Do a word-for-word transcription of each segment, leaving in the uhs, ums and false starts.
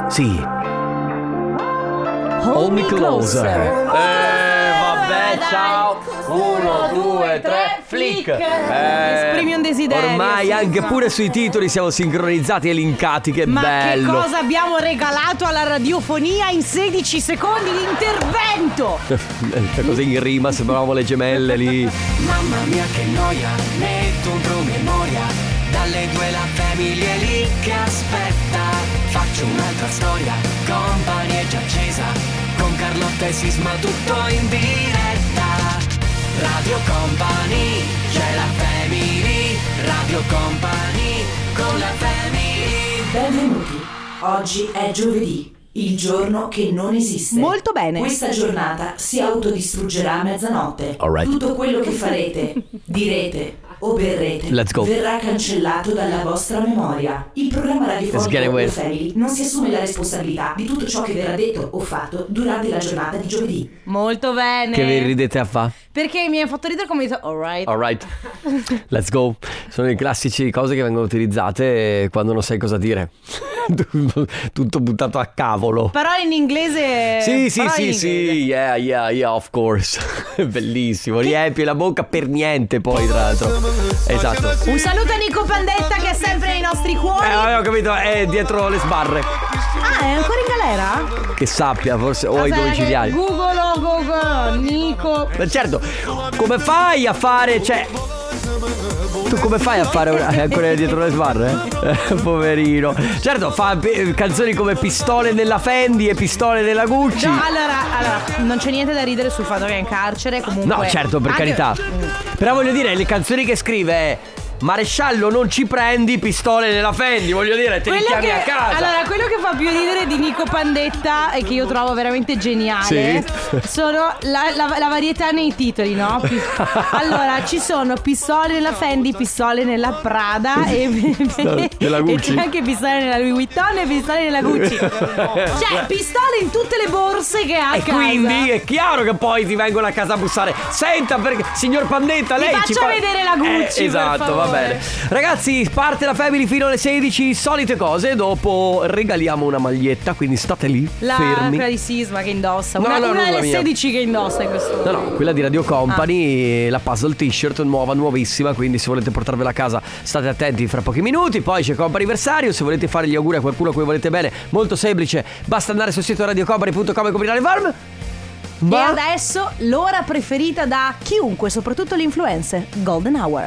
Sì. Hold me closer. Eh, vabbè, ciao. Uno, due, tre, flick. Eh, Esprimi un desiderio. Ormai anche pure sui titoli siamo sincronizzati e linkati. Che Ma bello. che cosa abbiamo regalato alla radiofonia in sedici secondi di intervento? Così in rima sembravamo le gemelle lì. Mamma mia che noia, metto un promemoria. Dalle due la famiglia è lì che aspetta. Faccio un'altra storia, Company è già accesa. Con Carlotta e Sisma tutto in diretta. Radio Company, c'è la family. Radio Company, con la family. Benvenuti, oggi è giovedì, il giorno che non esiste. Molto bene. Questa giornata si autodistruggerà a mezzanotte. Alright. Tutto quello che farete, direte o berrete Let's go. verrà cancellato dalla vostra memoria. Il programma Let's radiofonico get away. The Family non si assume la responsabilità di tutto ciò che verrà detto o fatto durante la giornata di giovedì. Molto bene. Che vi ridete a fa? Perché mi hai fatto ridere come detto, alright. Alright, let's go. Sono le classici cose che vengono utilizzate quando non sai cosa dire. Tutto buttato a cavolo. Parole in inglese. Sì, sì, parole sì, in sì, inglese. yeah, yeah, yeah, of course. Bellissimo, riempie la bocca per niente poi, tra l'altro. Esatto. Un saluto a Nico Pandetta che è sempre nei nostri cuori. Eh, ho capito, è dietro le sbarre. Ah, è ancora in galera? Che sappia, forse, o ai Aspetta, domiciliari. che Google, Google, Nico. Ma certo, come fai a fare, cioè... Tu come fai a fare una... È ancora dietro le sbarre? Eh, poverino. Certo, fa pe- canzoni come Pistole nella Fendi e Pistole nella Gucci. No, allora, allora, non c'è niente da ridere sul fatto che è in carcere. Comunque. No, certo, per anche- carità. Però voglio dire, le canzoni che scrive è Maresciallo non ci prendi, pistole nella Fendi. Voglio dire, te li Quello chiami che, a casa. allora, quello che fa più ridere di Nico Pandetta e che io trovo veramente geniale, Sì. sono la, la, la varietà nei titoli, no? Pi- allora, ci sono pistole nella Fendi, pistole nella Prada e, nella Gucci. e c'è anche pistole nella Louis Vuitton e pistole nella Gucci. Cioè, pistole in tutte le borse che ha a E casa. quindi è chiaro che poi ti vengono a casa a bussare. Senta, perché signor Pandetta, Ti lei faccio ci fa... vedere la Gucci, Eh, per esatto, va favore. bene. Ragazzi, parte la Family fino alle sedici. Solite cose. Dopo regaliamo una maglietta, quindi state lì La fermi. quella di Sisma che indossa. No, Una, no, una non la delle mia. sedici che indossa in questo No, no, quella di Radio Company, Ah. la puzzle t-shirt nuova, nuovissima. Quindi se volete portarvela a casa state attenti fra pochi minuti. Poi c'è comp'anniversario, se volete fare gli auguri a qualcuno a cui volete bene, molto semplice, basta andare sul sito radiocompany punto com e coprire le form. E Ma adesso l'ora preferita da chiunque, soprattutto le influencer, Golden Hour.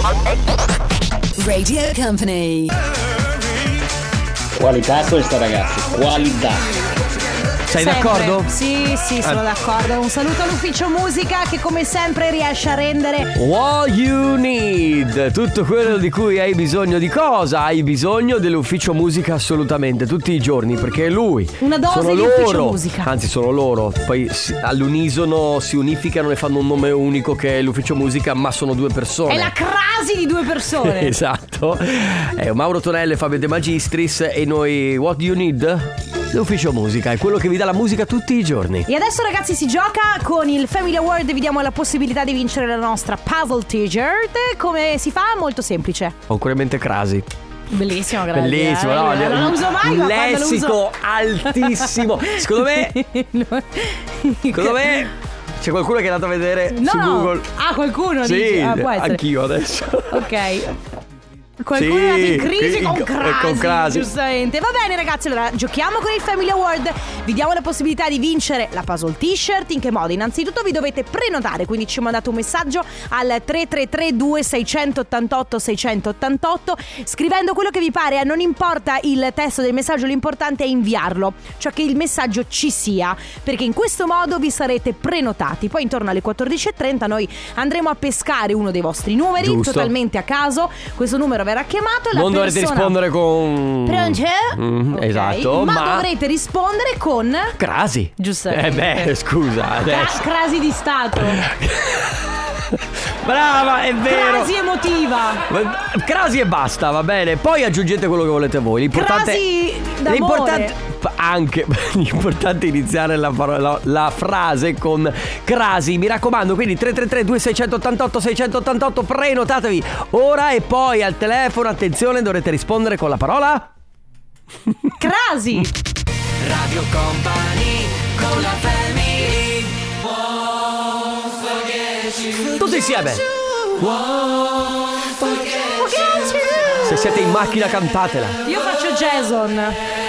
Radio Company. Qualità questa, ragazzi, qualità. sei Sempre. d'accordo? Sì, sì, sono Eh. d'accordo. Un saluto all'ufficio musica che come sempre riesce a rendere What you need, tutto quello di cui hai bisogno. Di cosa hai bisogno? Dell'ufficio musica assolutamente, tutti i giorni, perché è lui. Una dose sono di loro. ufficio musica. Anzi, sono loro. Poi si- all'unisono si unificano e fanno un nome unico che è l'ufficio musica, ma sono due persone. è la crasi di due persone. Esatto. È Mauro Tonello e Fabio De Magistris. E noi What you need? L'ufficio musica è quello che vi dà la musica tutti i giorni. E adesso ragazzi si gioca con il Family Award. Vi diamo la possibilità di vincere la nostra puzzle t-shirt. Come si fa? Molto semplice. Ho ancora in mente Crasi. Bellissimo, grazie. Bellissimo, eh. no? Non la uso mai, un ma quando lo uso- lessico altissimo. Secondo me, secondo me c'è qualcuno che è andato a vedere No, su no. Google. Ah, qualcuno Sì, dice? Ah, può essere. anch'io adesso. Ok. Qualcuno Sì, è andato in crisi in- con con- crasi, con Crasi. giustamente. Va bene ragazzi, allora giochiamo con il Family Award. Vi diamo la possibilità di vincere la puzzle t-shirt. In che modo? Innanzitutto vi dovete prenotare, quindi ci mandate un messaggio al tre tre tre due sei otto otto sei otto otto scrivendo quello che vi pare. Non importa il testo del messaggio, l'importante è inviarlo, cioè che il messaggio ci sia, perché in questo modo vi sarete prenotati. Poi intorno alle quattordici e trenta noi andremo a pescare uno dei vostri numeri, Giusto. totalmente a caso. Questo numero verrà chiamato e la Non dovrete persona... rispondere con Pronto? Mm, Ok, esatto, ma, ma dovrete rispondere con Crasi. Giustamente. Eh beh, scusa, Cra- adesso. crasi di stato. Brava, è vero. Crasi emotiva. Ma- Crasi e basta, va bene. Poi aggiungete quello che volete voi. L'importante Crasi d'amore. L'importante anche l'importante è iniziare la, parola, la frase con Crasi. Mi raccomando, quindi tre tre tre due sei otto otto sei otto otto, prenotatevi ora e poi al telefono, attenzione, dovrete rispondere con la parola Crasi. Radio Company con la family. Tutti insieme. Se siete in macchina cantatela. Io faccio Jason.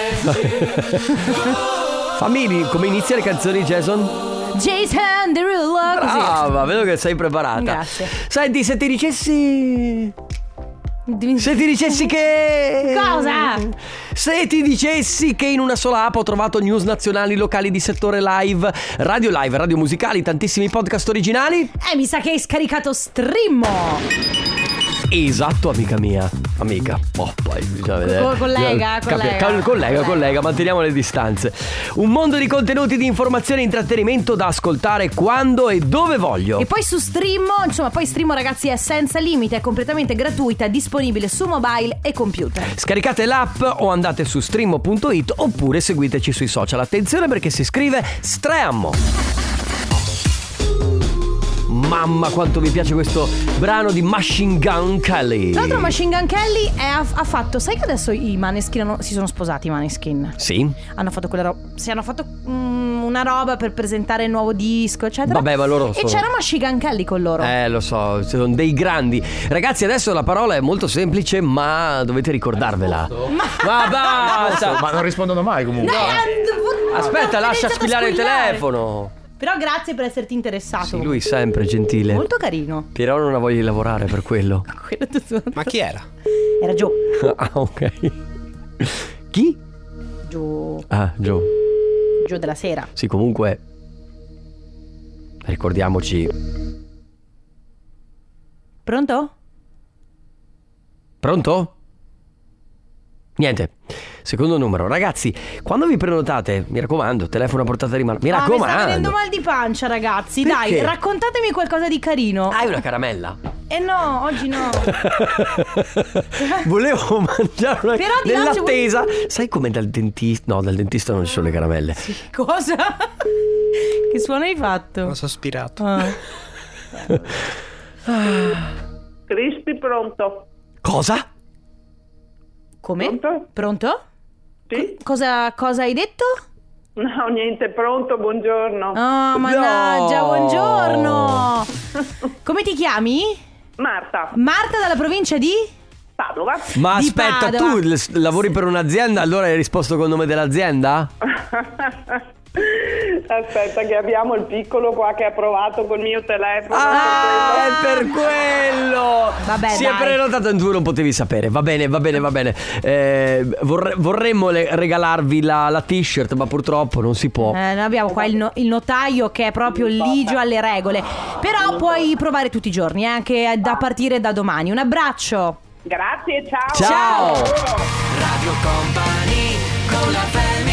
Fammi come inizia le canzoni, Jason? Jason Derulo, così. Brava, vedo che sei preparata. Grazie. Senti, se ti dicessi... Se ti dicessi che... Cosa? Se ti dicessi che in una sola app ho trovato news nazionali, locali di settore, live, radio live, radio musicali, tantissimi podcast originali. Eh, mi sa che hai scaricato Streammo. Esatto, amica mia. Amica. Oh, poi bisogna vedere. Co- collega, Capi- collega. cal- collega, collega, manteniamo le distanze. Un mondo di contenuti, di informazione e intrattenimento da ascoltare quando e dove voglio. E poi su Streammo, insomma, poi Streammo, ragazzi, è senza limite, è completamente gratuita, è disponibile su mobile e computer. Scaricate l'app o andate su streammo punto it oppure seguiteci sui social. Attenzione perché si scrive Streammo. Mamma quanto mi piace questo brano di Machine Gun Kelly. Tra l'altro Machine Gun Kelly è, ha, ha fatto, sai che adesso i Maneskin hanno, si sono sposati i Maneskin? Sì. Hanno fatto quella roba, si hanno fatto mm, una roba per presentare il nuovo disco, eccetera. Vabbè, ma loro E sono... c'era Machine Gun Kelly con loro. Eh, lo so, sono dei grandi. Ragazzi, adesso la parola è molto semplice, ma dovete ricordarvela. Ma, Ma basta. Ma non rispondono mai comunque. No, eh, Aspetta, ho lascia iniziato a squillare il squillare. telefono. Però grazie per esserti interessato. Sì, lui sempre gentile. Molto carino. Però non ha voglia di lavorare per quello. Quello tutto. Ma chi era? Era Gio. Ah, ok. Chi? Gio. Ah, Gio. Gio della sera. Sì, comunque ricordiamoci. Pronto? Pronto? Niente. Secondo numero. Ragazzi, quando vi prenotate, mi raccomando, telefono a portata di mano. Mi Ah, mi sta raccomando. venendo mal di pancia, ragazzi. Perché? Dai, raccontatemi qualcosa di carino. Hai una caramella? Eh no, oggi no. Volevo mangiare una Però di là ci nell'attesa. Sai come dal dentista? No, dal dentista non ci sono le caramelle. Cosa? Che suono hai fatto? Ho sospirato. Ah. Crispy pronto. Cosa? Come? Pronto? Pronto? Sì? Cosa, cosa hai detto? No, niente, pronto, buongiorno. Oh, mannaggia, No. buongiorno. Come ti chiami? Marta, Marta dalla provincia di? Padova. Ma Di aspetta, Padova. tu l- lavori per un'azienda, allora hai risposto col nome dell'azienda? Aspetta che abbiamo il piccolo qua che ha provato col mio telefono. Ah, è per quello. Vabbè, si dai. è prenotato e tu non potevi sapere. Va bene, va bene, va bene. Eh, vorre- vorremmo le- regalarvi la, la t-shirt, ma purtroppo non si può. Eh, noi abbiamo qua il, no- il notaio che è proprio ligio alle regole. Però puoi provare tutti i giorni, eh, anche da partire da domani. Un abbraccio. Grazie, ciao. Ciao. Radio Company con la family.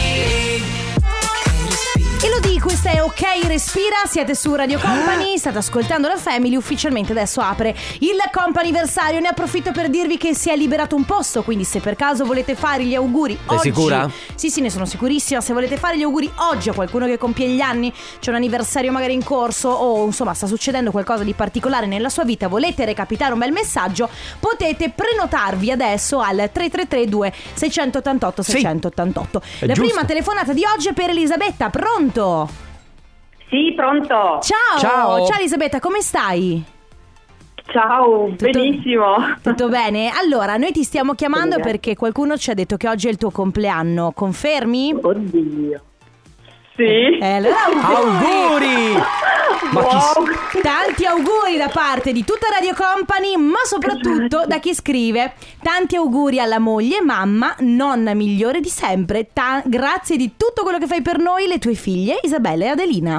E lo dico, questa è Ok Respira, siete su Radio Company, state ascoltando la Family, ufficialmente adesso apre il comp'anniversario, ne approfitto per dirvi che si è liberato un posto, quindi se per caso volete fare gli auguri Sei oggi... sicura? Sì, sì, ne sono sicurissima, se volete fare gli auguri oggi a qualcuno che compie gli anni, c'è un anniversario magari in corso o insomma sta succedendo qualcosa di particolare nella sua vita, volete recapitare un bel messaggio, potete prenotarvi adesso al tre tre tre due sei otto otto sei otto otto. È La giusto. prima telefonata di oggi è per Elisabetta, pronto? Sì, pronto. Ciao, Ciao. ciao Elisabetta, come stai? Ciao, benissimo. Tutto bene? Allora, noi ti stiamo chiamando Bene. perché qualcuno ci ha detto che oggi è il tuo compleanno, confermi? Oddio. Sì. Eh, allora auguri! Auguri! Ma chi s- Wow. Tanti auguri da parte di tutta Radio Company, ma soprattutto da chi scrive. Tanti auguri alla moglie, mamma, nonna migliore di sempre. Ta- grazie di tutto quello che fai per noi, le tue figlie, Isabella e Adelina.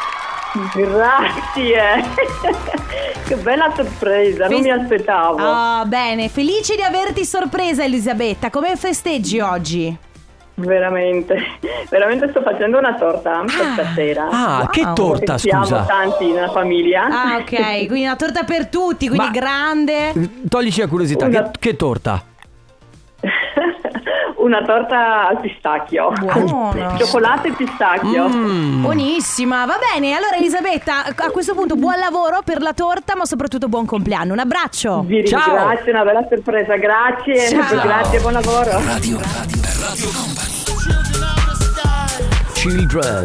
Grazie. Che bella sorpresa, non Fes- mi aspettavo. Ah, bene, felice di averti sorpresa Elisabetta. Come festeggi oggi? Veramente, veramente sto facendo una torta per stasera. Ah, che Wow. torta, Perché siamo scusa. tanti nella famiglia. Ah, ok, quindi una torta per tutti, quindi Ma- grande. Toglici la curiosità, Una- che, che torta? Una torta al pistacchio. Buono. Cioccolato e pistacchio. Mm. Buonissima, va bene. Allora Elisabetta, a questo punto buon lavoro per la torta, ma soprattutto buon compleanno. Un abbraccio. Vi Ciao. ringrazio, una bella sorpresa, grazie. Ciao. Grazie, buon lavoro. Radio, radio, Radio Company. Children.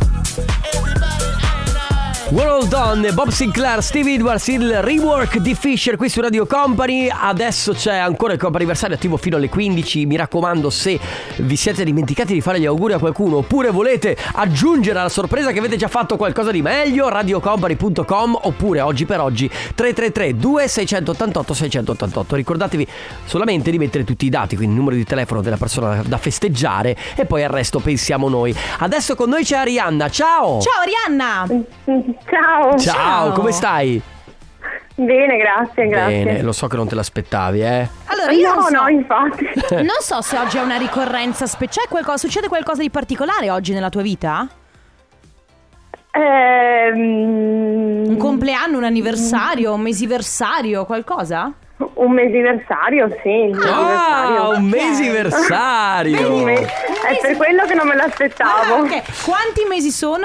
World On, Bob Sinclair, Steve Edwards, il rework di Fisher qui su Radio Company. Adesso c'è ancora il comp'anniversario attivo fino alle quindici. Mi raccomando, se vi siete dimenticati di fare gli auguri a qualcuno oppure volete aggiungere alla sorpresa che avete già fatto qualcosa di meglio, radiocompany punto com oppure oggi per oggi tre tre tre due sei otto otto sei otto otto. Ricordatevi solamente di mettere tutti i dati, quindi il numero di telefono della persona da festeggiare, e poi al resto pensiamo noi. Adesso con noi c'è Arianna. Ciao. Ciao Arianna. Ciao. Ciao, Ciao. come stai? Bene, grazie, grazie. Bene, lo so che non te l'aspettavi, eh. Allora io no, non so, no, infatti. non so se oggi è una ricorrenza speciale, qualcosa, succede qualcosa di particolare oggi nella tua vita? Ehm, Un compleanno, un anniversario, un mesiversario, qualcosa? Un mesiversario, sì. Un mesiversario. Ah, un mesiversario. Un me- È per quello che non me l'aspettavo. Ah, ok. Quanti mesi sono?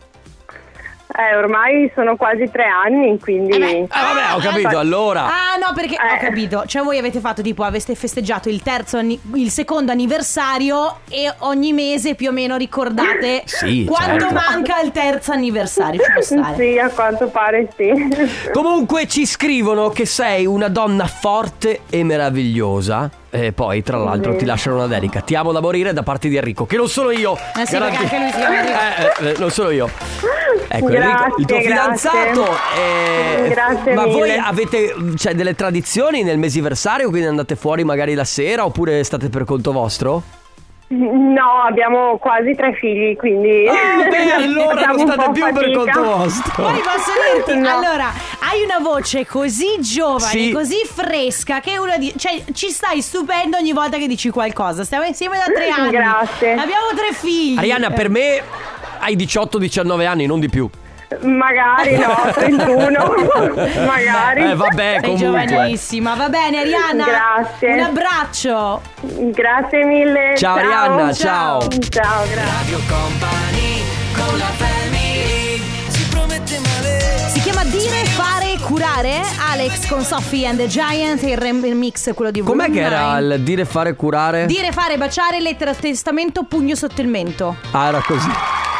Eh, ormai sono quasi tre anni, quindi... Eh beh. Ah, vabbè, ho capito, allora. Ah no, perché ho Eh. capito. Cioè voi avete fatto tipo, aveste festeggiato il terzo anni- il secondo anniversario e ogni mese più o meno ricordate Sì, quanto certo. manca il terzo anniversario. Ci può stare. Sì, a quanto pare sì. Comunque ci scrivono che sei una donna forte e meravigliosa. E poi tra l'altro ti lasciano una dedica: ti amo da morire, da parte di Enrico, che non sono io. Eh sì, perché anche lui si chiama Enrico. eh, eh, non sono io. Ecco, Grazie, Enrico, il tuo grazie. fidanzato eh, Grazie ma mille. voi avete, cioè, delle tradizioni nel mesiversario? Quindi andate fuori magari la sera oppure state per conto vostro? No, abbiamo quasi tre figli, quindi... Ah, beh, allora facciamo non un state po' più per fatica. conto vostro. Poi posso dirti, No. allora, hai una voce così giovane, Sì. così fresca, che uno di- cioè ci stai stupendo ogni volta che dici qualcosa. Stiamo insieme da tre anni. Grazie. Abbiamo tre figli. Arianna, per me hai diciotto diciannove anni, non di più. Magari no, trentuno. Magari. Eh vabbè, Sei comunque. giovanissima. Va bene, Arianna. Grazie. Un abbraccio. Grazie mille. Ciao, Arianna, ciao. Ciao, grazie. Radio Company con la family. Si promette male. Si chiama Dire, Fare, Curare. Alex con Sophie and the Giant. Il remix, quello di Com'è Room che era nine. il dire, fare, curare? Dire, fare, baciare, lettera, testamento, pugno sotto il mento. Ah, era così.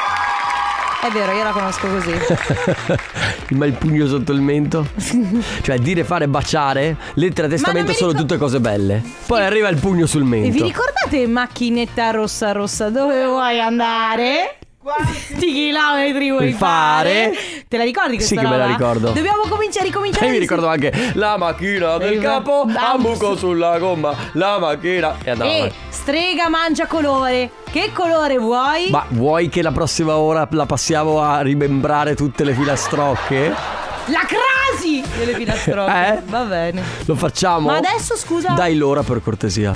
È vero, io la conosco così. Ma il pugno sotto il mento? Cioè dire, fare, baciare, lettera, testamento mi sono ricor- tutte cose belle. Poi arriva il pugno sul E vi mento. ricordate macchinetta rossa rossa, dove vuoi andare? Quanti chilometri vuoi Vuoi fare? fare? Te la ricordi questa Sì che me la roba? ricordo. Dobbiamo cominciare, ricominciare. E mi insieme. ricordo anche la macchina del Eh, capo, va- a buco sulla gomma, la macchina. E andava E avanti. strega mangia colore. Che colore vuoi? Ma vuoi che la prossima ora la passiamo a rimembrare tutte le filastrocche? La crasi delle filastrocche. Eh? Va bene. Lo facciamo? Ma adesso scusa. Dai l'ora per cortesia.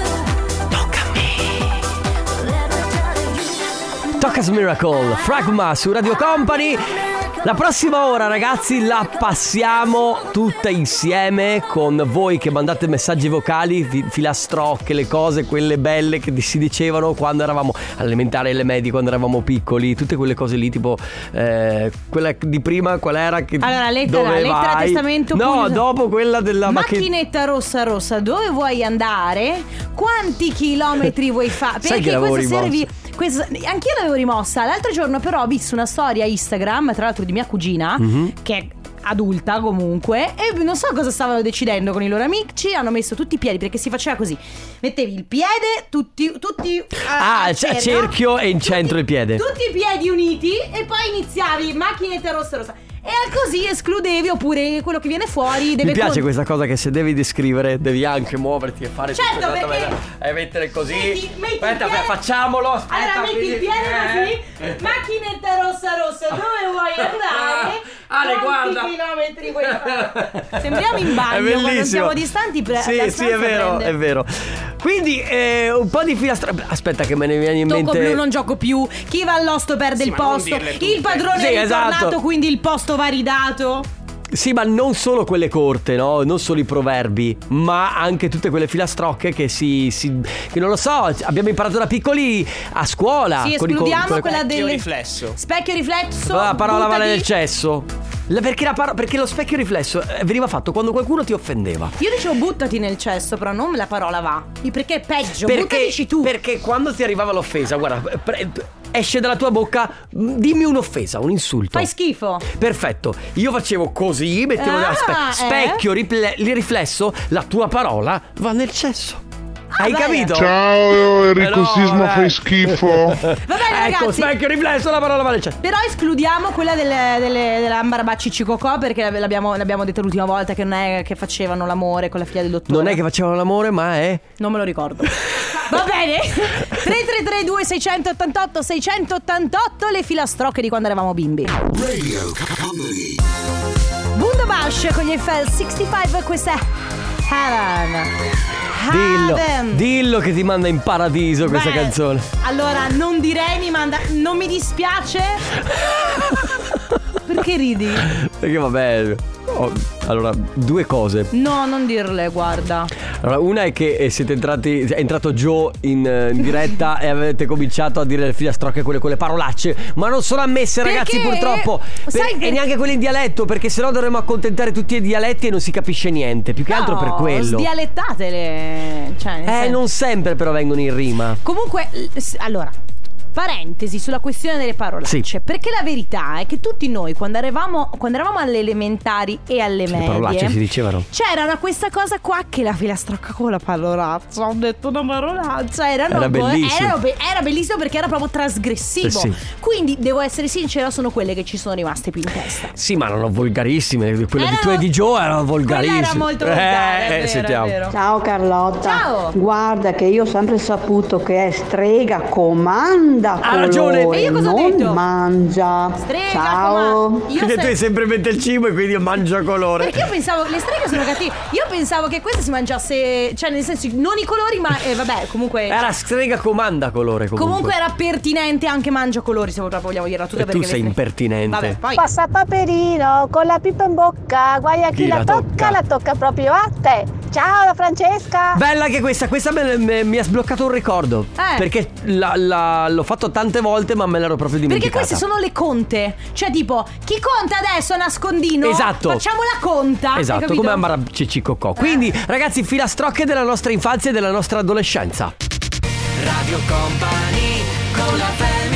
Tocca's Miracle, Fragma su Radio Company. La prossima ora, ragazzi, la passiamo tutta insieme con voi che mandate messaggi vocali, fi- filastrocche, le cose, quelle belle che si dicevano quando eravamo all'elementare e alle medie, quando eravamo piccoli, tutte quelle cose lì, tipo eh, quella di prima, qual era? Che, Allora, lettera, dove lettera, vai? testamento, No, pugno- dopo quella della macchina. Macchinetta rossa rossa, dove vuoi andare? Quanti chilometri vuoi fare? Sai che Perché l'avevo questa sera rimossa? vi- questa- anch'io l'avevo rimossa. L'altro giorno però ho visto una storia Instagram, tra l'altro di mia cugina, Mhm. che è adulta comunque, e non so cosa stavano decidendo con i loro amici. Hanno messo tutti i piedi, perché si faceva così: mettevi il piede, tutti, tutti eh, Ah, a c- cerchio e in centro il piede. tutti i piedi uniti, e poi iniziavi macchinetta rossa rossa, e così escludevi, oppure quello che viene fuori deve Mi piace con- questa cosa che se devi descrivere devi anche muoverti e fare Certo, tutto perché- esattamente- e mettere così. Metti- metti il Aspetta, piede- facciamolo. Aspetta, Allora metti quindi- il piede eh. così, macchinetta rossa rossa, dove vuoi andare? Ale, Quanti guarda. chilometri vuoi fare? Sembriamo in bagno, È quando bellissimo. siamo distanti pre- Sì, la sì, stanza è vero, prende. è vero. Quindi eh, un po' di filastrocche. Aspetta che me ne viene in Tocco mente. blu, non gioco più. Chi va all'osto perde il posto. Il padrone Sì, è ritornato, esatto. quindi il posto va ridato. Sì, ma non solo quelle corte, no? Non solo i proverbi, ma anche tutte quelle filastrocche che si, si che non lo so, abbiamo imparato da piccoli a scuola. Sì, con i co- escludiamo con le- quella Specchio delle riflesso. specchio riflesso. La parola buttati- vale nel cesso. La- Perché, la paro- perché lo specchio riflesso eh, veniva fatto quando qualcuno ti offendeva. Io dicevo buttati nel cesso, però non la parola va. Perché è peggio, Perché, buttatici tu. perché quando ti arrivava l'offesa, guarda, pre- esce dalla tua bocca, dimmi un'offesa, un insulto. Fai schifo. Perfetto. Io facevo così, mettevo Ah, nella spe- eh? specchio, riple- riflesso, la tua parola va nel cesso. Hai bene. capito? Ciao Enrico Eh no, Sisma, eh. fai schifo. Va bene, Ecco, ragazzi. specchio, riflesso, la parola va nel cesso. Però escludiamo quella delle, delle, dell'Ambarabacci Cicocò, perché l'abbiamo, l'abbiamo detto l'ultima volta che non è che facevano l'amore con la figlia del dottore. Non è che facevano l'amore, ma è... Non me lo ricordo. Va bene. tre tre tre due sei otto otto sei otto otto, le filastrocche di quando eravamo bimbi. Bundabash con gli Eiffel sessantacinque, questa è Heaven. Dillo, Heaven. dillo che ti manda in paradiso questa Beh, canzone. Allora, non direi mi manda. Non mi dispiace. Perché ridi? Perché vabbè, oh, allora, due cose. No, non dirle, guarda. Allora, una è che eh, siete entrati, è entrato Joe in, eh, in diretta e avete cominciato a dire le filastrocche, quelle, quelle parolacce, ma non sono ammesse, ragazzi, Perché? purtroppo. Sai Per- che- E neanche quelle in dialetto, perché sennò dovremmo accontentare tutti i dialetti e non si capisce niente. Più che altro per No, quello. sdialettatele. Cioè, nel Eh, senso- non sempre però vengono in rima. Comunque, l- s- allora, parentesi sulla questione delle parolacce. Sì. Perché la verità è che tutti noi, quando eravamo, quando eravamo alle elementari e alle Le medie, parolacce si dicevano. c'era una- questa cosa qua che la filastrocca con la parolaccia. Ho detto una parolaccia. Erano Era bellissimo. erano be- era bellissimo perché era proprio trasgressivo. Eh sì. Quindi, devo essere sincera, sono quelle che ci sono rimaste più in testa. Sì, ma erano volgarissime. Quelle di Erano- tu e di Joe erano volgarissime. Quella era molto volgare, Eh, è vero, sentiamo. è vero. Ciao Carlotta. Ciao. Guarda che io ho sempre saputo che è strega comanda Ha ragione. E io cosa ho non detto? mangia. Strega, Ciao. comanda. Io Perché se- tu hai sempre in mente il cibo e quindi mangia colore. Perché io pensavo le streghe sono cattive. Io pensavo che questa si mangiasse, cioè nel senso non i colori, ma eh, vabbè, comunque Era strega comanda colore comunque. comunque era pertinente anche mangia colori, se proprio vogliamo dirla tutta, E perché tu sei le- impertinente. Vabbè, poi Passa Paperino con la pipa in bocca, guai a chi, Chi la la tocca, tocca? la tocca proprio a te. Ciao da Francesca. Bella anche questa, questa me- me- mi ha sbloccato un ricordo. Eh. Perché la- la- l'ho fatto tante volte, ma me l'ero proprio perché dimenticata. queste sono le conte. Cioè tipo, chi conta adesso a nascondino? Esatto. Facciamo la conta. hai Esatto, capito? come Ambara Cicicocò. Quindi, ragazzi, filastrocche della nostra infanzia e della nostra adolescenza. Radio Company con la family.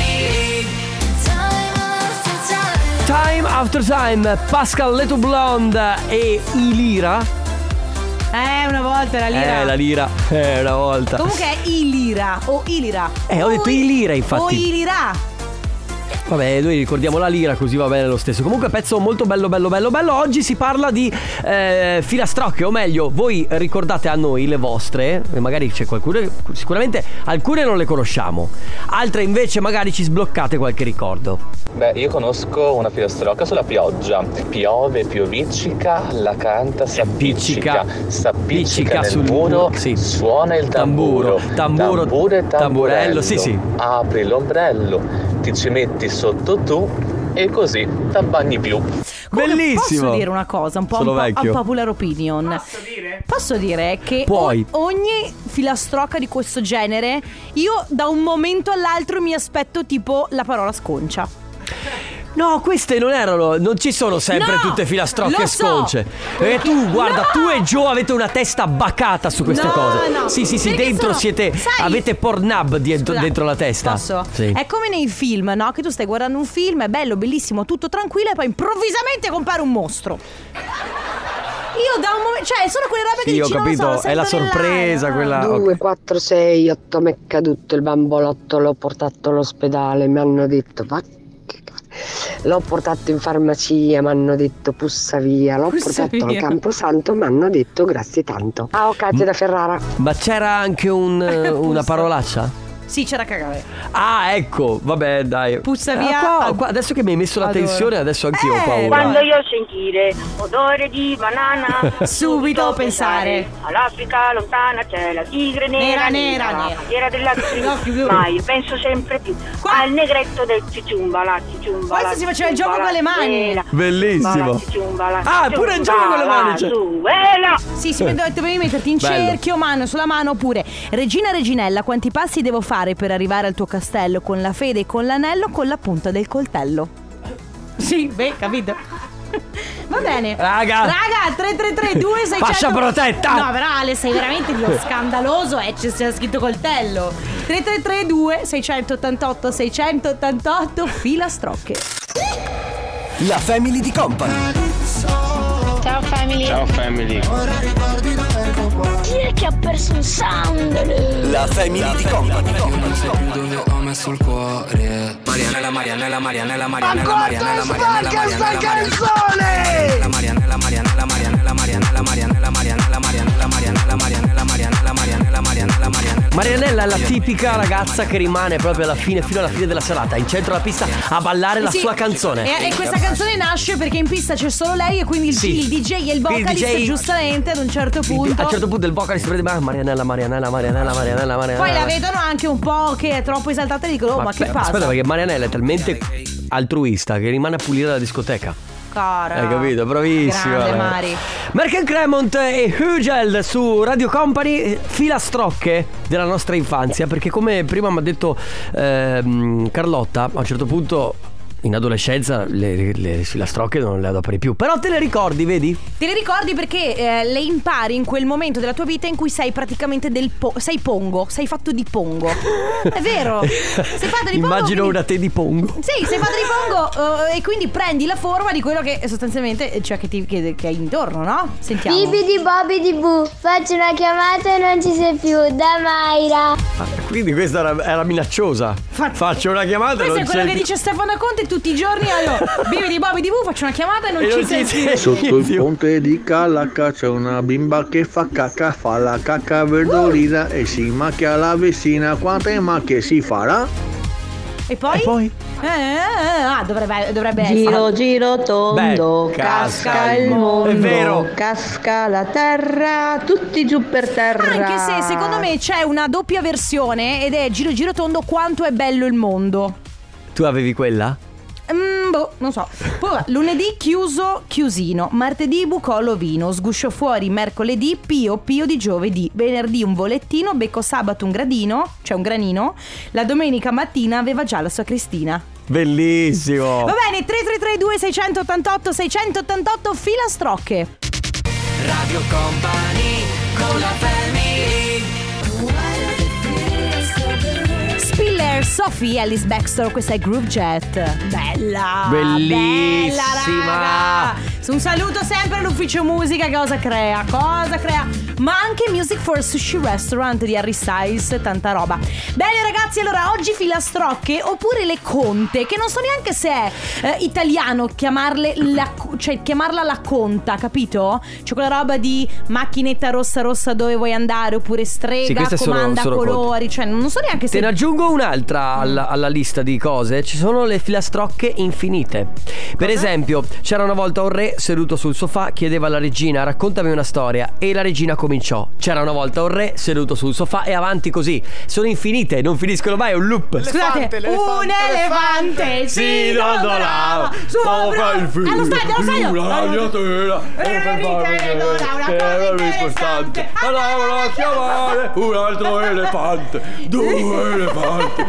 Time after time, Pascal Leto Blonde e Ilira. Eh, una volta la lira. Eh, la lira. Eh, una volta. Comunque è Ilira o Ilira. Eh, ho O detto I- Ilira, infatti. O Ilira. Vabbè, noi ricordiamo la lira, così va bene lo stesso. Comunque pezzo molto bello, bello, bello, bello. Oggi si parla di eh, filastrocche, o meglio, voi ricordate a noi le vostre. E magari c'è qualcuno, sicuramente alcune non le conosciamo, altre invece magari ci sbloccate qualche ricordo. Beh, io conosco una filastrocca sulla pioggia. Piove, pioviccica, la canta s'appiccica. S'appiccica nel sul muro, sì. suona il tamburo. Tamburo, Tamburo e tamburello, sì, sì. Apri l'ombrello, ti ci metti sotto tu e così t'abbagni più. Comunque, Bellissimo. Posso dire una cosa, un po' Sono un, po' vecchio. un popular opinion. Posso dire? Posso dire che Puoi. o- ogni filastrocca di questo genere, io da un momento all'altro mi aspetto tipo la parola sconcia. No, queste non erano, non ci sono sempre No, tutte filastrocche lo so. sconce. E tu, guarda, No. tu e Joe avete una testa bacata su queste No, cose. no. Sì, sì, sì, Perché dentro sono- siete, sai- avete Pornhub dentro, Scusa, dentro la testa. Posso? Sì. È come nei film, no? Che tu stai guardando un film, è bello, bellissimo, tutto tranquillo e poi improvvisamente compare un mostro. Io da un momento, cioè sono quelle robe che Sì, ho dici, non lo capito, so, è la sento sorpresa nell'aria. quella. due, quattro, sei, otto, mi è caduto il bambolotto, l'ho portato all'ospedale, mi hanno detto va che cazzo. L'ho portato in farmacia, mi hanno detto pussa via, l'ho Pussa portato via. al Camposanto, mi hanno detto grazie tanto. Ciao Katia da Ferrara. Ma c'era anche un, una parolaccia? Sì, c'era cagare. Ah, ecco, vabbè, dai. Puzza Ah, via. qua- qua- adesso che mi hai messo la Adoro. tensione, adesso anch'io ho Eh, paura. Quando io sentire odore di banana, Subito pensare. all'Africa lontana c'è la tigre Nera, nera, nera, la nera. bandiera della No, più blu. ma io penso sempre più Qua- al negretto del cicciumba, la cicciumba. Questo la si faceva il cicciumba, gioco con le la mani. zuela. Bellissimo. La cicciumba, la Ah, pure il gioco cicciumba, con le mani, la cioè. zuela. Sì, si dove- dovevi metterti in Bello. cerchio, mano sulla mano, oppure Regina Reginella, quanti passi devo fare per arrivare al tuo castello? Con la fede e con l'anello, con la punta del coltello. Sì, beh, capito. Va Va bene. Raga. Raga, tre tre tre due sei zero zero. Fascia protetta. No, però Ale, sei veramente Dio scandaloso. Eh, c'è scritto coltello. tre tre tre due sei otto otto sei otto otto filastrocche. La family di Company. Ciao family. Ciao family. Chi è che ha perso un sound? La family di Company. Dove ho messo il cuore. Marianella, Marianella, Marianella, Marianella, Marianella, Marianella, Marianella, canzone! La Marianella, Marianella, Marianella, Marianella, Marianella, Marianella, Marianella, Marianella, Marianella, Marianella, Marianella, Marianella, Marianella. Marianella è la tipica ragazza che rimane proprio alla fine, fino alla fine della serata, in centro alla pista a ballare la Sì, sua canzone. E, e questa canzone nasce perché in pista c'è solo lei e quindi il, Sì. il D J e il Quindi il vocalist D J giustamente ad un certo A punto. un certo punto il vocalist prende ma Marianella, Marianella, Marianella, Marianella, Marianella. Poi la vedono anche un po' che è troppo esaltata e dicono oh, ma, che beh, passa? Aspetta, perché Marianella è talmente altruista che rimane a pulire la discoteca. Cara. Hai capito? Bravissima. Grande Mari. Merkel Cremont e Hugel su Radio Company, filastrocche della nostra infanzia. Perché come prima mi ha detto ehm, Carlotta, a un certo punto in adolescenza le, le filastrocche non le adoperi più. Però te le ricordi, vedi? Te le ricordi perché eh, le impari in quel momento della tua vita in cui sei praticamente del po- sei pongo, sei fatto di pongo. È vero. Sei fatto di pongo. Immagino quindi... una te di pongo. Sì, sei fatto di pongo uh, e quindi prendi la forma di quello che sostanzialmente cioè che ti che, che hai intorno, no? Sentiamo. Bibidi Bobby di Bu. Faccio una chiamata e non ci sei più. Da Mayra. Ah, quindi questa era, era minacciosa. Fa- Faccio una chiamata e Questo non è quello c'è che più. dice Stefano Conte tutti i giorni. Allora, bibidi Bobby di Bu, faccio una chiamata e non E ci non sei ci più. sei. Sotto il ponte di Calacca c'è una bimba che fa cacca, fa la cacca verdolina e si macchia la vestina. Quante macchie si farà? E poi? E poi? Eh, eh, ah, dovrebbe, dovrebbe Giro essere. giro tondo, Beh, casca, casca il il mondo, è vero. casca la terra, tutti giù per terra. Anche se secondo me c'è una doppia versione ed è giro giro tondo quanto è bello il mondo. Tu avevi quella? Mm, boh, non so. Poi va, lunedì chiuso, chiusino. Martedì bucolo vino. Sguscio fuori mercoledì, pio, pio di giovedì. Venerdì un bollettino, becco sabato un gradino, cioè un granino. La domenica mattina aveva già la sua Cristina. Bellissimo. Va bene, tre tre tre due sei otto otto sei otto otto filastrocche. Radio Company con la family. Spiller, Sophie, Alice Baxter, questa è Groove Jet. Bella. Bellissima. Bella, raga. Un saluto sempre all'ufficio musica. Cosa crea? Cosa crea? Ma anche Music for Sushi Restaurant di Harry Styles, tanta roba. Bene ragazzi, allora oggi filastrocche oppure le conte, che non so neanche se è eh, italiano chiamarle la, cioè chiamarla la conta, capito? C'è quella roba di macchinetta rossa rossa dove vuoi andare, oppure strega, Sì, queste sono- comanda sono colori, conte. cioè non so neanche se Te ne aggiungo un'altra alla, alla lista di cose. Ci sono le filastrocche infinite. Per esempio, c'era una volta un re seduto sul sofà, chiedeva alla regina raccontami una storia e la regina cominciò. C'era una volta un re seduto sul sofà e avanti così. Sono infinite, non finiscono mai, è un loop. Scusate, un elefante si dondolava sopra il fiume. Allo stadio, allo stadio. Una ragnatela e per fare era rispostante. Andavano a chiamare un altro elefante. Due elefanti.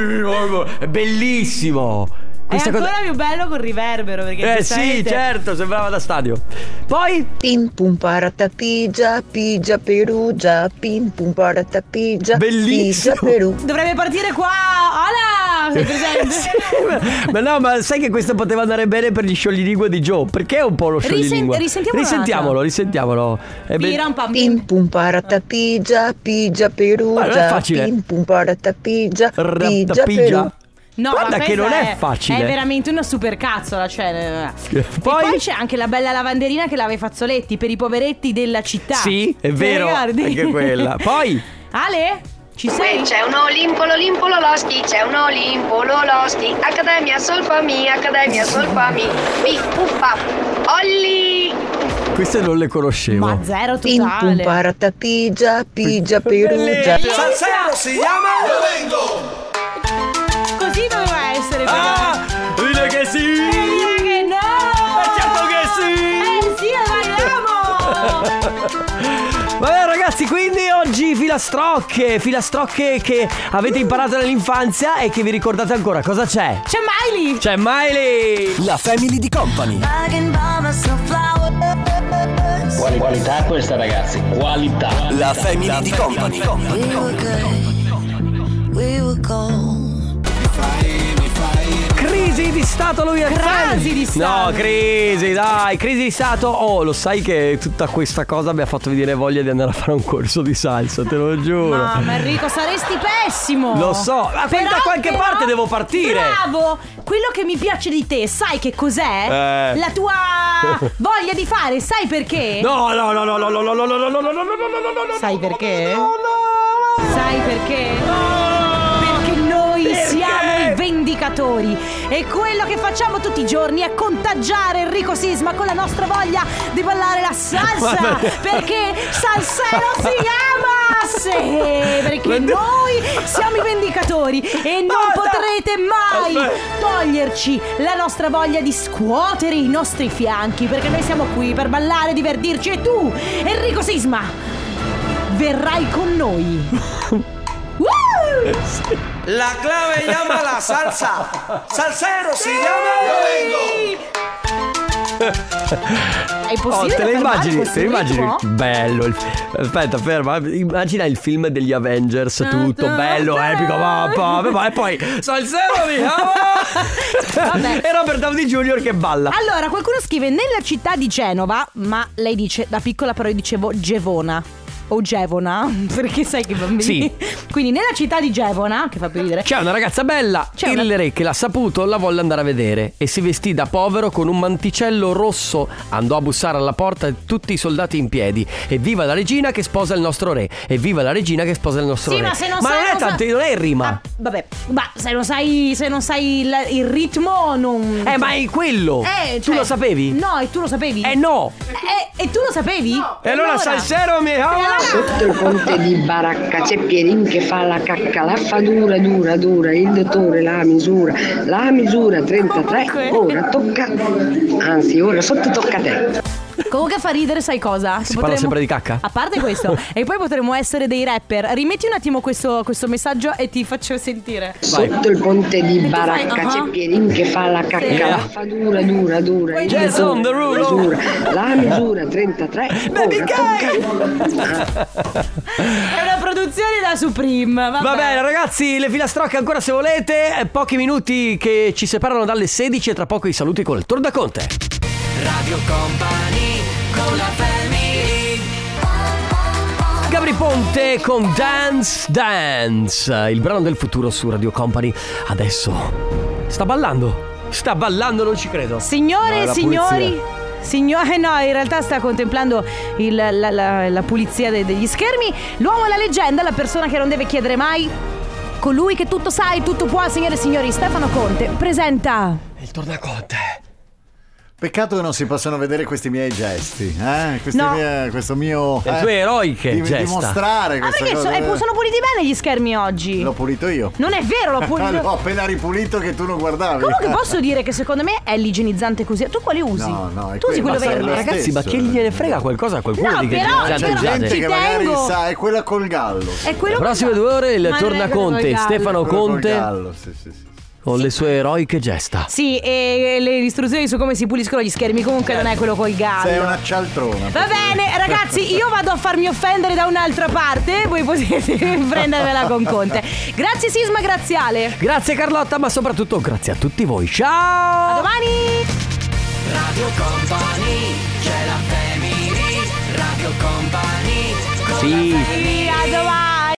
È bellissimo. È Questa ancora cosa... più bello col riverbero perché Eh sì, giustamente- certo, sembrava da stadio. Poi Pim pum parata pigia, pigia perugia, pim pum parata pigia, Bellissimo. pigia Perù. Dovrebbe partire qua. Hola! Sei presente? Sì, ma no, ma sai che questo poteva andare bene per gli scioglilingua di Joe? Perché è un po' lo Risen- scioglilingua? risentiamolo risentiamolo, risentiamolo. È be- Piram pam Pim pum parata pigia, pigia Ma non è perugia, facile. pim pum parata pigia, pigia Rattapigia. Perù. No, Guarda ma che questa non è facile. È veramente una super cazzola, cioè. Poi- E poi c'è anche la bella lavanderina che lava i fazzoletti per i poveretti della città. Sì, è Te vero, ricordi? anche quella. Poi Ale? Ci sei? C'è un Olimpo, l'Olimpo, l'Oloschi, c'è un Olimpo, l'Oloschi, Accademia Solfami, Accademia Solfami, Pi, Puffa, Olli! queste non le conoscevo. Ma zero Pim pum totale. parata pigia, pigia perugia. Salsero si chiama Così doveva essere. Ah, dile che sì. Dire che no! Eh, certo che sì. Eh sì, lo vogliamo! Vabbè ragazzi, quindi oggi filastrocche, filastrocche che avete imparato nell'infanzia e che vi ricordate ancora. Cosa c'è? C'è Miley! C'è Miley! La Family di Company. Quali qualità questa, ragazzi? Qualità. La Family di Company. Crisi di stato lui è Crasi di stato. No, crisi, dai, crisi di stato. Oh, lo sai che tutta questa cosa mi ha fatto venire voglia di andare a fare un corso di salsa, te lo giuro. Mamma Enrico, saresti pessimo. Lo so, ma Però, da qualche però, parte devo partire. Bravo. Quello che mi piace di te, sai che cos'è? Eh. La tua voglia di fare, sai perché? No, no, no, no, no, no, no, no, no, no, no, no, no, no. Sai perché? Sai perché? Perché noi siamo i vendicatori e quello che facciamo tutti i giorni è contagiare Enrico Sisma con la nostra voglia di ballare la salsa. Perché salsero si chiama! Sì, perché noi siamo i vendicatori e non potrete mai toglierci la nostra voglia di scuotere i nostri fianchi, perché noi siamo qui per ballare, divertirci e tu, Enrico Sisma, verrai con noi. La clave llama la salsa. Salsero si llama. È possibile? Oh, te le immagini, questo te le immagini? ritmo? Bello. il- Aspetta, ferma. Immagina il film degli Avengers, tutto bello, epico. Va, va, va, e poi Salsero mi ama. Vabbè. E Robert Downey junior che balla. Allora, qualcuno scrive nella città di Genova, ma lei dice da piccola però io dicevo Gevona o Gevona, perché sai che bambini. Sì. Quindi nella città di Gevona, che fa per ridere, C'è una ragazza bella, C'è il una- re che l'ha saputo la volle andare a vedere e si vestì da povero con un manticello rosso. Andò a bussare alla porta e tutti i soldati in piedi. Evviva la regina che sposa il nostro re. Evviva la regina che sposa il nostro Sì, re. ma se non ma sai non è cosa- tanto, non è in rima. Ah, vabbè, ma se non sai, se non sai il, il ritmo non. Eh, ma è quello. Eh, Tu cioè- lo sapevi? No, e tu lo sapevi? Eh no. Eh, e tu lo sapevi? E allora Salsero mi ama. Sotto il ponte di Baracca c'è Pierin che fa la cacca, la fa dura, dura, dura, il dottore la misura, la misura trentatré, ora tocca, anzi ora sotto tocca a te. Comunque fa ridere, sai cosa? Si parla sempre di cacca? A parte questo, e poi potremmo essere dei rapper. Rimetti un attimo questo, questo messaggio e ti faccio sentire. Sotto il ponte di tu Baracca fai, uh-huh. c'è Pierin che fa la cacca, Yeah. la fa dura, dura, dura, il Jazz on the dottore la roof. misura, la misura trentatré, Baby ora tocca. È una produzione da Supreme. Vabbè. Va bene ragazzi, le filastrocche ancora se volete. eh, Pochi minuti che ci separano dalle sedici e tra poco i saluti con il Tornaconte. Radio Company con la family. Gabri Ponte con Dance Dance, il brano del futuro su Radio Company. Adesso sta ballando. Sta ballando, non ci credo. Signore No, è e la signori, pulizia. signore, no, in realtà sta contemplando il- la, la- la pulizia de- degli schermi. L'uomo e la leggenda, la persona che non deve chiedere mai, colui che tutto sa e tutto può, signore e signori, Stefano Conte presenta Il Tornaconte. Peccato che non si possano vedere questi miei gesti, eh? Questi No. miei- questo mio. Le tue eroiche di, gesta. dimostrare Ah, questa perché cosa. so- eh, sono puliti bene gli schermi oggi? L'ho pulito io. Non è vero, l'ho pulito. L'ho appena ripulito che tu non guardavi. Comunque posso dire che secondo me è l'igienizzante così. Tu quali usi? No, no, è tu usi quello, quello ma verde? lo Ragazzi, ma stesso. che gliene frega qualcosa a qualcuno No, di che però- gente però- usate? Gente Ci che magari tengo. sa, è quella col gallo. È quello Le prossime che- due ore il Ma non è quello Tornaconte, col gallo. Stefano Quello col Conte gallo, sì, sì, sì. con le sue eroiche gesta. Sì, e le istruzioni su come si puliscono gli schermi. Comunque non è quello col gallo. Sei una cialtrona. Va bene, ragazzi, io vado a farmi offendere da un'altra parte. Voi potete prendervela con Conte. Grazie Sisma, grazie Ale. Grazie Carlotta, ma soprattutto grazie a tutti voi. A Ciao! domani. Radio Company, c'è la family. Radio Company con Sì. la family. A domani.